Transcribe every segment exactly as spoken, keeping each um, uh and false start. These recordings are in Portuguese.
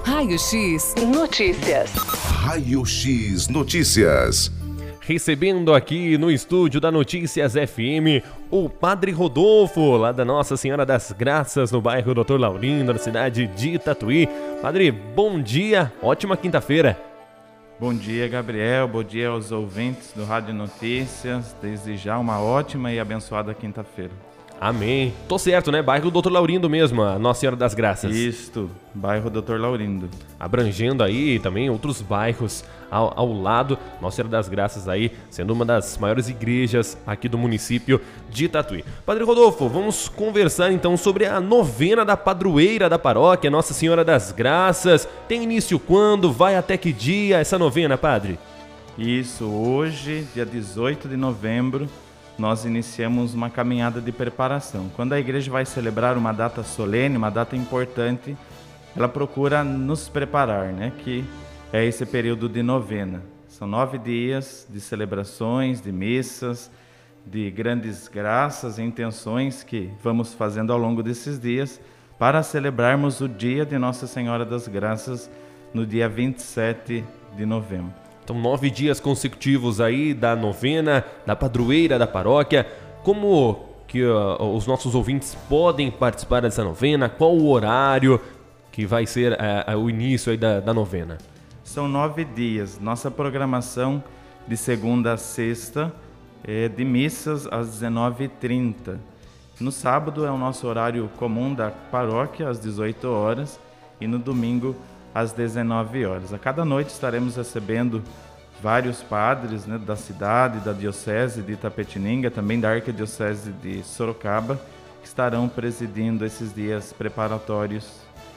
Raio X Notícias. Raio X Notícias. Recebendo aqui no estúdio da Notícias F M o Padre Rodolfo, lá da Nossa Senhora das Graças, no bairro doutor Laurindo, na cidade de Tatuí. Padre, bom dia, ótima quinta-feira. Bom dia, Gabriel, bom dia aos ouvintes do Rádio Notícias. Desde já uma ótima e abençoada quinta-feira. Amém. Tô certo, né? Bairro doutor Laurindo mesmo, a Nossa Senhora das Graças. Isto, bairro doutor Laurindo. Abrangendo aí também outros bairros ao, ao lado, Nossa Senhora das Graças aí, sendo uma das maiores igrejas aqui do município de Tatuí. Padre Rodolfo, vamos conversar então sobre a novena da padroeira da paróquia, Nossa Senhora das Graças. Tem início quando? Vai até que dia essa novena, Padre? Isso, hoje, dia dezoito de novembro, nós iniciamos uma caminhada de preparação. Quando a igreja vai celebrar uma data solene, uma data importante, ela procura nos preparar, né? Que é esse período de novena. São nove dias de celebrações, de missas, de grandes graças e intenções que vamos fazendo ao longo desses dias para celebrarmos o dia de Nossa Senhora das Graças no dia vinte e sete de novembro. Então, nove dias consecutivos aí da novena, da padroeira da paróquia. Como que uh, os nossos ouvintes podem participar dessa novena? Qual o horário que vai ser uh, uh, o início aí da, da novena? São nove dias. Nossa programação de segunda a sexta é de missas às dezenove e trinta. No sábado é o nosso horário comum da paróquia, às dezoito horas, e no domingo às dezenove horas. A cada noite estaremos recebendo vários padres, né, da cidade, da diocese de Itapetininga, também da arquidiocese de Sorocaba, que estarão presidindo esses dias preparatórios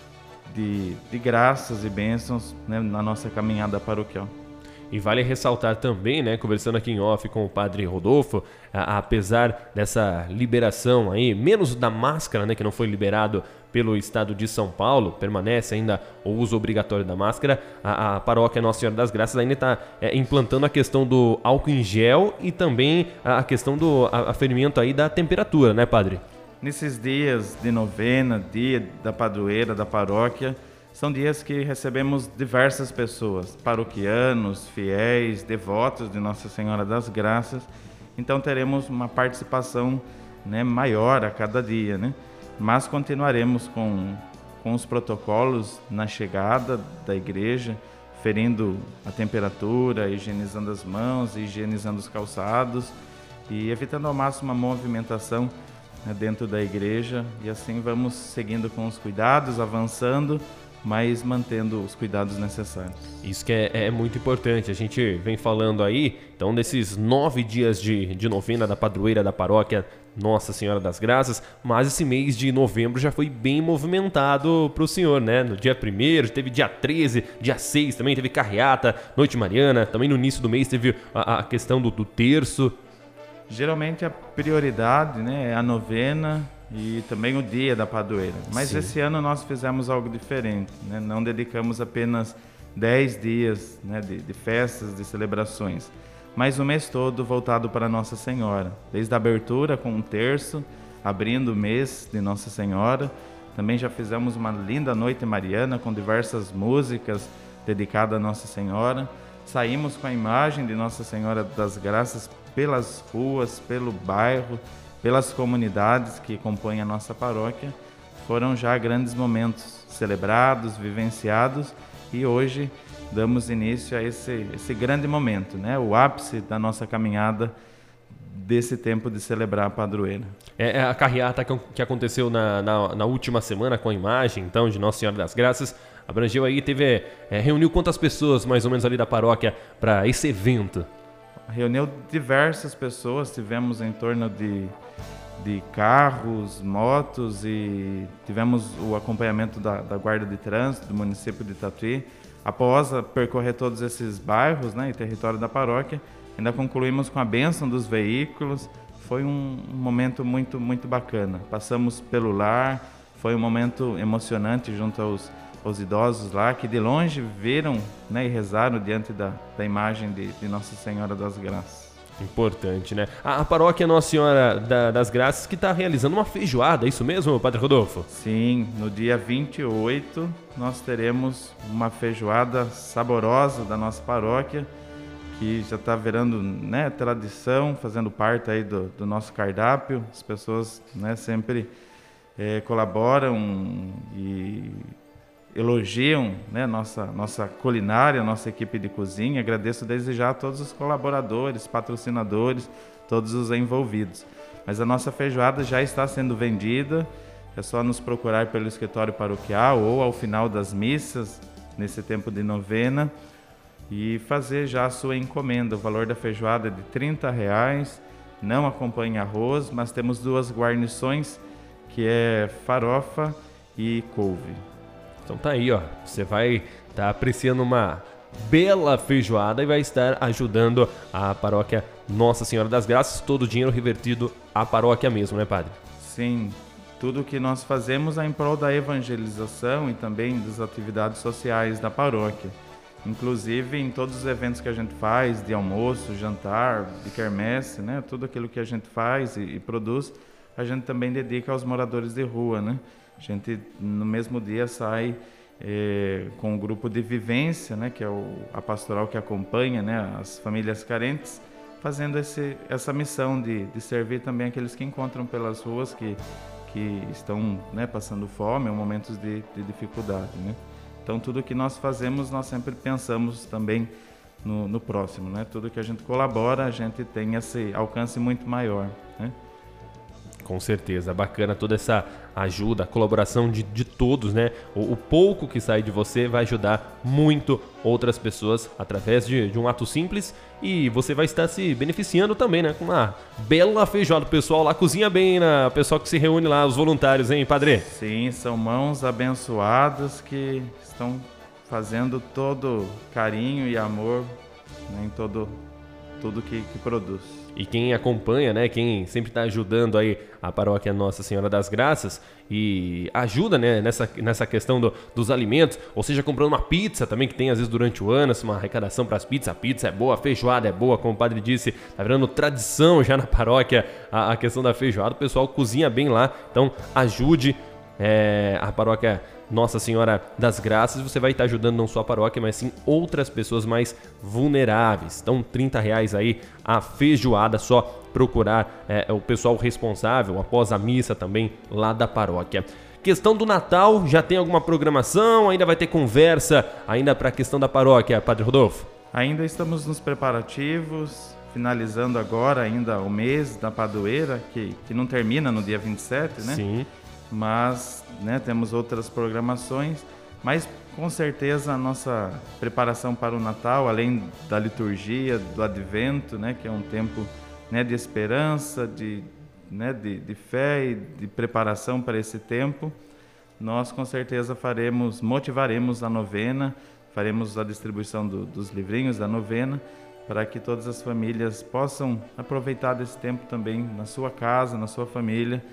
de, de graças e bênçãos, né, na nossa caminhada paroquial. E vale ressaltar também, né, conversando aqui em off com o Padre Rodolfo, a, a, apesar dessa liberação aí, menos da máscara, né, que não foi liberado pelo estado de São Paulo, permanece ainda o uso obrigatório da máscara, a, a paróquia Nossa Senhora das Graças ainda está é, implantando a questão do álcool em gel e também a, a questão do a, aferimento aí da temperatura, né, Padre? Nesses dias de novena, dia da padroeira, da paróquia, são dias que recebemos diversas pessoas, paroquianos, fiéis, devotos de Nossa Senhora das Graças. Então teremos uma participação, né, maior a cada dia, né? Mas continuaremos com, com os protocolos na chegada da igreja, ferindo a temperatura, higienizando as mãos, higienizando os calçados e evitando ao máximo a movimentação, né, dentro da igreja. E assim vamos seguindo com os cuidados, avançando, mas mantendo os cuidados necessários. Isso que é, é muito importante, a gente vem falando aí, então, desses nove dias de, de novena da padroeira da paróquia Nossa Senhora das Graças, mas esse mês de novembro já foi bem movimentado para o senhor, né? No dia primeiro, teve dia treze, dia seis também teve carreata, noite mariana, também no início do mês teve a, a questão do, do terço. Geralmente a prioridade, né, é a novena e também o dia da padroeira. Mas Sim. esse ano nós fizemos algo diferente, né? Não dedicamos apenas dez dias, né, de, de festas, de celebrações, mas o mês todo voltado para Nossa Senhora. Desde a abertura com um terço, abrindo o mês de Nossa Senhora. Também já fizemos uma linda noite mariana com diversas músicas dedicadas a Nossa Senhora. Saímos com a imagem de Nossa Senhora das Graças pelas ruas, pelo bairro, pelas comunidades que compõem a nossa paróquia. Foram já grandes momentos celebrados, vivenciados, e hoje damos início a esse, esse grande momento, né? O ápice da nossa caminhada desse tempo de celebrar a padroeira. É a carreata que aconteceu na, na, na última semana com a imagem, então, de Nossa Senhora das Graças, abrangeu aí, teve, é, reuniu quantas pessoas mais ou menos ali da paróquia para esse evento? Reuniu diversas pessoas, tivemos em torno de, de carros, motos, e tivemos o acompanhamento da, da Guarda de Trânsito do município de Tatuí. Após percorrer todos esses bairros, né, e território da paróquia, ainda concluímos com a bênção dos veículos. Foi um, um momento muito, muito bacana. Passamos pelo lar, foi um momento emocionante junto aos os idosos lá, que de longe viram, né, e rezaram diante da, da imagem de, de Nossa Senhora das Graças. Importante, né? A, a paróquia Nossa Senhora da, das Graças que está realizando uma feijoada, é isso mesmo, Padre Rodolfo? Sim, no dia vinte e oito nós teremos uma feijoada saborosa da nossa paróquia, que já está virando, né, tradição, fazendo parte aí do, do nosso cardápio. As pessoas, né, sempre é, colaboram e elogiam, né, nossa, nossa culinária, nossa equipe de cozinha. Agradeço desde já a todos os colaboradores, patrocinadores, todos os envolvidos. Mas a nossa feijoada já está sendo vendida, é só nos procurar pelo escritório paroquial ou ao final das missas, nesse tempo de novena, e fazer já a sua encomenda. O valor da feijoada é de trinta reais, não acompanha arroz, mas temos duas guarnições, que é farofa e couve. Então tá aí, ó, você vai estar tá apreciando uma bela feijoada e vai estar ajudando a paróquia Nossa Senhora das Graças, todo o dinheiro revertido à paróquia mesmo, né, Padre? Sim, tudo que nós fazemos é em prol da evangelização e também das atividades sociais da paróquia. Inclusive em todos os eventos que a gente faz, de almoço, jantar, de quermesse, né, tudo aquilo que a gente faz e, e produz, a gente também dedica aos moradores de rua, né? A gente, no mesmo dia, sai eh, com um grupo de vivência, né, que é o, a pastoral que acompanha, né, as famílias carentes, fazendo esse, essa missão de, de servir também aqueles que encontram pelas ruas, que, que estão, né, passando fome ou momentos de, de dificuldade, né? Então, tudo que nós fazemos, nós sempre pensamos também no, no próximo, né? Tudo que a gente colabora, a gente tem esse alcance muito maior, né? Com certeza, bacana toda essa ajuda, a colaboração de, de todos, né? O, o pouco que sai de você vai ajudar muito outras pessoas através de, de um ato simples, e você vai estar se beneficiando também, né? Com uma bela feijoada. O pessoal lá cozinha bem, né? O pessoal que se reúne lá, os voluntários, hein, Padre? Sim, são mãos abençoadas que estão fazendo todo carinho e amor, né, em todo, tudo que, que produz. E quem acompanha, né, quem sempre está ajudando aí a paróquia Nossa Senhora das Graças e ajuda, né, nessa, nessa questão do, dos alimentos, ou seja, comprando uma pizza também, que tem às vezes durante o ano, uma arrecadação para as pizzas. A pizza é boa, a feijoada é boa, como o padre disse, tá virando tradição já na paróquia a, a questão da feijoada. O pessoal cozinha bem lá, então ajude é, a paróquia Nossa Senhora das Graças. Você vai estar ajudando não só a paróquia, mas sim outras pessoas mais vulneráveis. Então, trinta reais aí a feijoada, só procurar é, o pessoal responsável após a missa também lá da paróquia. Questão do Natal, já tem alguma programação? Ainda vai ter conversa ainda para a questão da paróquia, Padre Rodolfo? Ainda estamos nos preparativos, finalizando agora ainda o mês da padroeira, que, que não termina no dia vinte e sete, né? Sim. Mas, né, temos outras programações, mas com certeza a nossa preparação para o Natal, além da liturgia, do Advento, né, que é um tempo, né, de esperança, de, né, de, de fé e de preparação para esse tempo, nós com certeza faremos, motivaremos a novena, faremos a distribuição do, dos livrinhos da novena, para que todas as famílias possam aproveitar desse tempo também na sua casa, na sua família,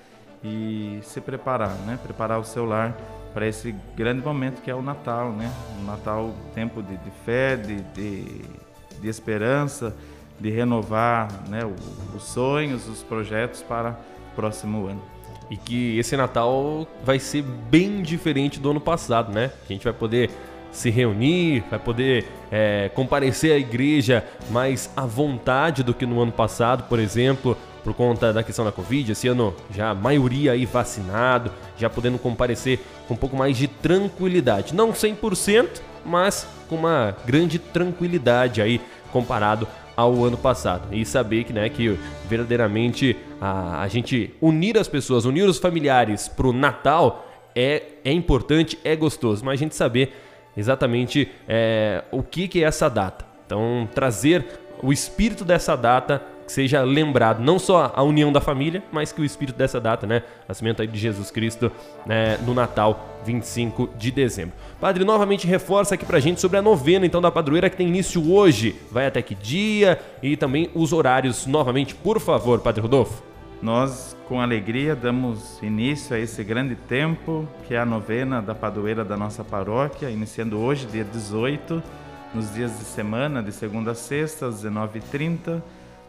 e se preparar, né? Preparar o seu lar para esse grande momento que é o Natal, né? O Natal, tempo de, de fé, de, de, de esperança, de renovar, né, os sonhos, os projetos para o próximo ano. E que esse Natal vai ser bem diferente do ano passado, né? A gente vai poder se reunir, vai poder é, comparecer à igreja mais à vontade do que no ano passado, por exemplo, por conta da questão da Covid. Esse ano já a maioria aí vacinado, já podendo comparecer com um pouco mais de tranquilidade. Não cem por cento, mas com uma grande tranquilidade aí comparado ao ano passado. E saber que, né, que verdadeiramente a, a gente unir as pessoas, unir os familiares para o Natal é, é importante, é gostoso, mas a gente saber exatamente é, o que, que é essa data. Então, trazer o espírito dessa data, que seja lembrado não só a união da família, mas que o espírito dessa data, né, nascimento aí de Jesus Cristo, né, no Natal, vinte e cinco de dezembro. Padre, novamente reforça aqui pra gente sobre a novena, então, da padroeira, que tem início hoje. Vai até que dia? E também os horários, novamente, por favor, Padre Rodolfo. Nós, com alegria, damos início a esse grande tempo, que é a novena da padroeira da nossa paróquia, iniciando hoje, dia dezoito, nos dias de semana, de segunda a sexta, às dezenove e trinta,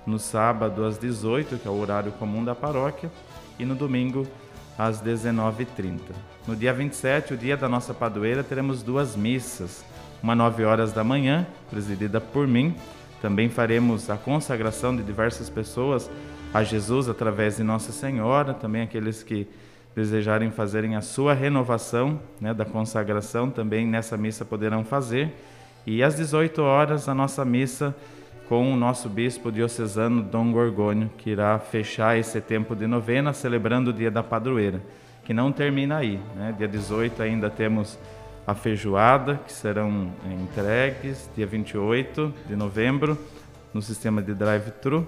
no sábado às dezoito, que é o horário comum da paróquia, e no domingo às dezenove e trinta. No dia vinte e sete, o dia da nossa padroeira, teremos duas missas, uma nove horas da manhã, presidida por mim. Também faremos a consagração de diversas pessoas a Jesus através de Nossa Senhora, também aqueles que desejarem fazerem a sua renovação, né, da consagração, também nessa missa poderão fazer. E às dezoito horas, a nossa missa com o nosso bispo diocesano, Dom Gorgônio, que irá fechar esse tempo de novena, celebrando o dia da padroeira, que não termina aí, né? Dia dezoito ainda temos a feijoada, que serão entregues, dia vinte e oito de novembro, no sistema de drive-thru.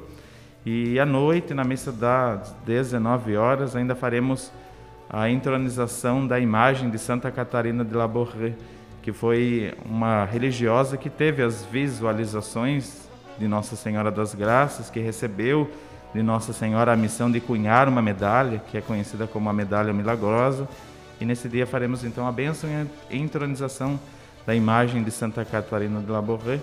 E à noite, na missa das dezenove horas, ainda faremos a entronização da imagem de Santa Catarina de Labouré, que foi uma religiosa que teve as visualizações de Nossa Senhora das Graças, que recebeu de Nossa Senhora a missão de cunhar uma medalha, que é conhecida como a Medalha Milagrosa. E nesse dia faremos então a bênção e a entronização da imagem de Santa Catarina de Labouré,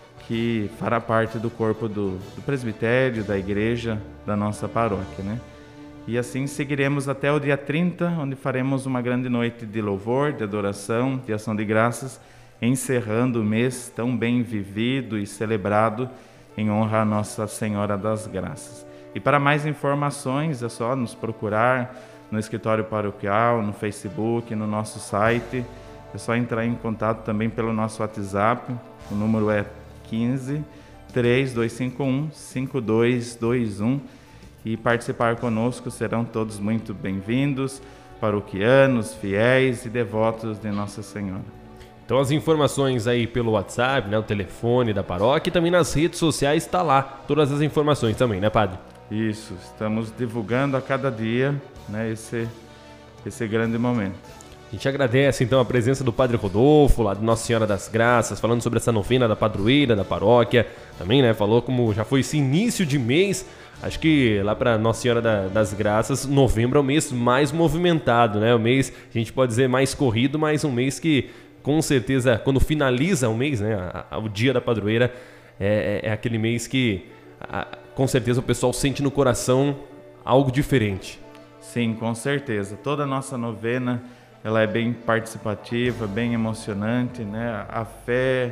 que fará parte do corpo do, do presbitério, da igreja, da nossa paróquia, né? E assim seguiremos até o dia trinta, onde faremos uma grande noite de louvor, de adoração, de ação de graças, encerrando o mês tão bem vivido e celebrado em honra a Nossa Senhora das Graças. E para mais informações é só nos procurar no escritório paroquial, no Facebook, no nosso site. É só entrar em contato também pelo nosso WhatsApp. O número é quinze, três dois cinco um, cinco dois dois um. E participar conosco, serão todos muito bem-vindos, paroquianos, fiéis e devotos de Nossa Senhora. Então as informações aí pelo WhatsApp, né, o telefone da paróquia, e também nas redes sociais está lá todas as informações também, né, padre? Isso, estamos divulgando a cada dia, né, esse, esse grande momento. A gente agradece então a presença do Padre Rodolfo, lá de Nossa Senhora das Graças, falando sobre essa novena da padroeira, da paróquia, também, né, falou como já foi esse início de mês. Acho que lá para Nossa Senhora das Graças, novembro é o mês mais movimentado, né? O mês, a gente pode dizer, mais corrido, mas um mês que, com certeza, quando finaliza o mês, né? O dia da padroeira, é, é aquele mês que, com certeza, o pessoal sente no coração algo diferente. Sim, com certeza. Toda a nossa novena, ela é bem participativa, bem emocionante, né? A fé,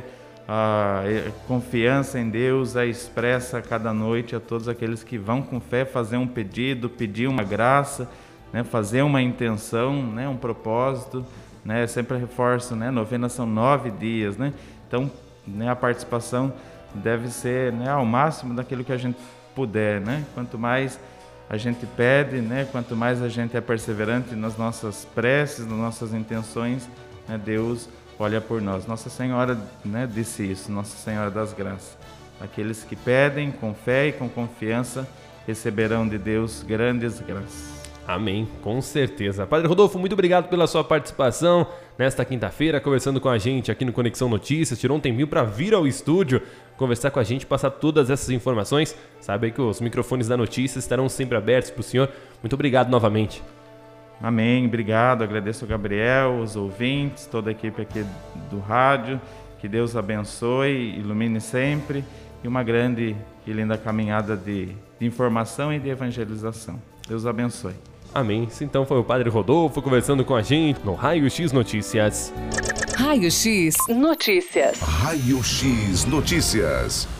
a confiança em Deus é expressa cada noite a todos aqueles que vão com fé fazer um pedido, pedir uma graça, né, fazer uma intenção, né, um propósito, né, sempre reforço, né, novena são nove dias, né, então, né, a participação deve ser, né, ao máximo daquilo que a gente puder, né, quanto mais a gente pede, né, quanto mais a gente é perseverante nas nossas preces, nas nossas intenções, né, Deus olha por nós. Nossa Senhora, né, disse isso, Nossa Senhora das Graças. Aqueles que pedem com fé e com confiança receberão de Deus grandes graças. Amém, com certeza. Padre Rodolfo, muito obrigado pela sua participação nesta quinta-feira, conversando com a gente aqui no Conexão Notícias. Tirou um tempinho para vir ao estúdio conversar com a gente, passar todas essas informações. Sabe aí que os microfones da notícia estarão sempre abertos para o senhor. Muito obrigado novamente. Amém, obrigado, agradeço ao Gabriel, os ouvintes, toda a equipe aqui do rádio, que Deus abençoe, ilumine sempre, e uma grande e linda caminhada de, de informação e de evangelização. Deus abençoe. Amém. Esse então foi o Padre Rodolfo conversando com a gente no Raio X Notícias. Raio X Notícias. Raio X Notícias.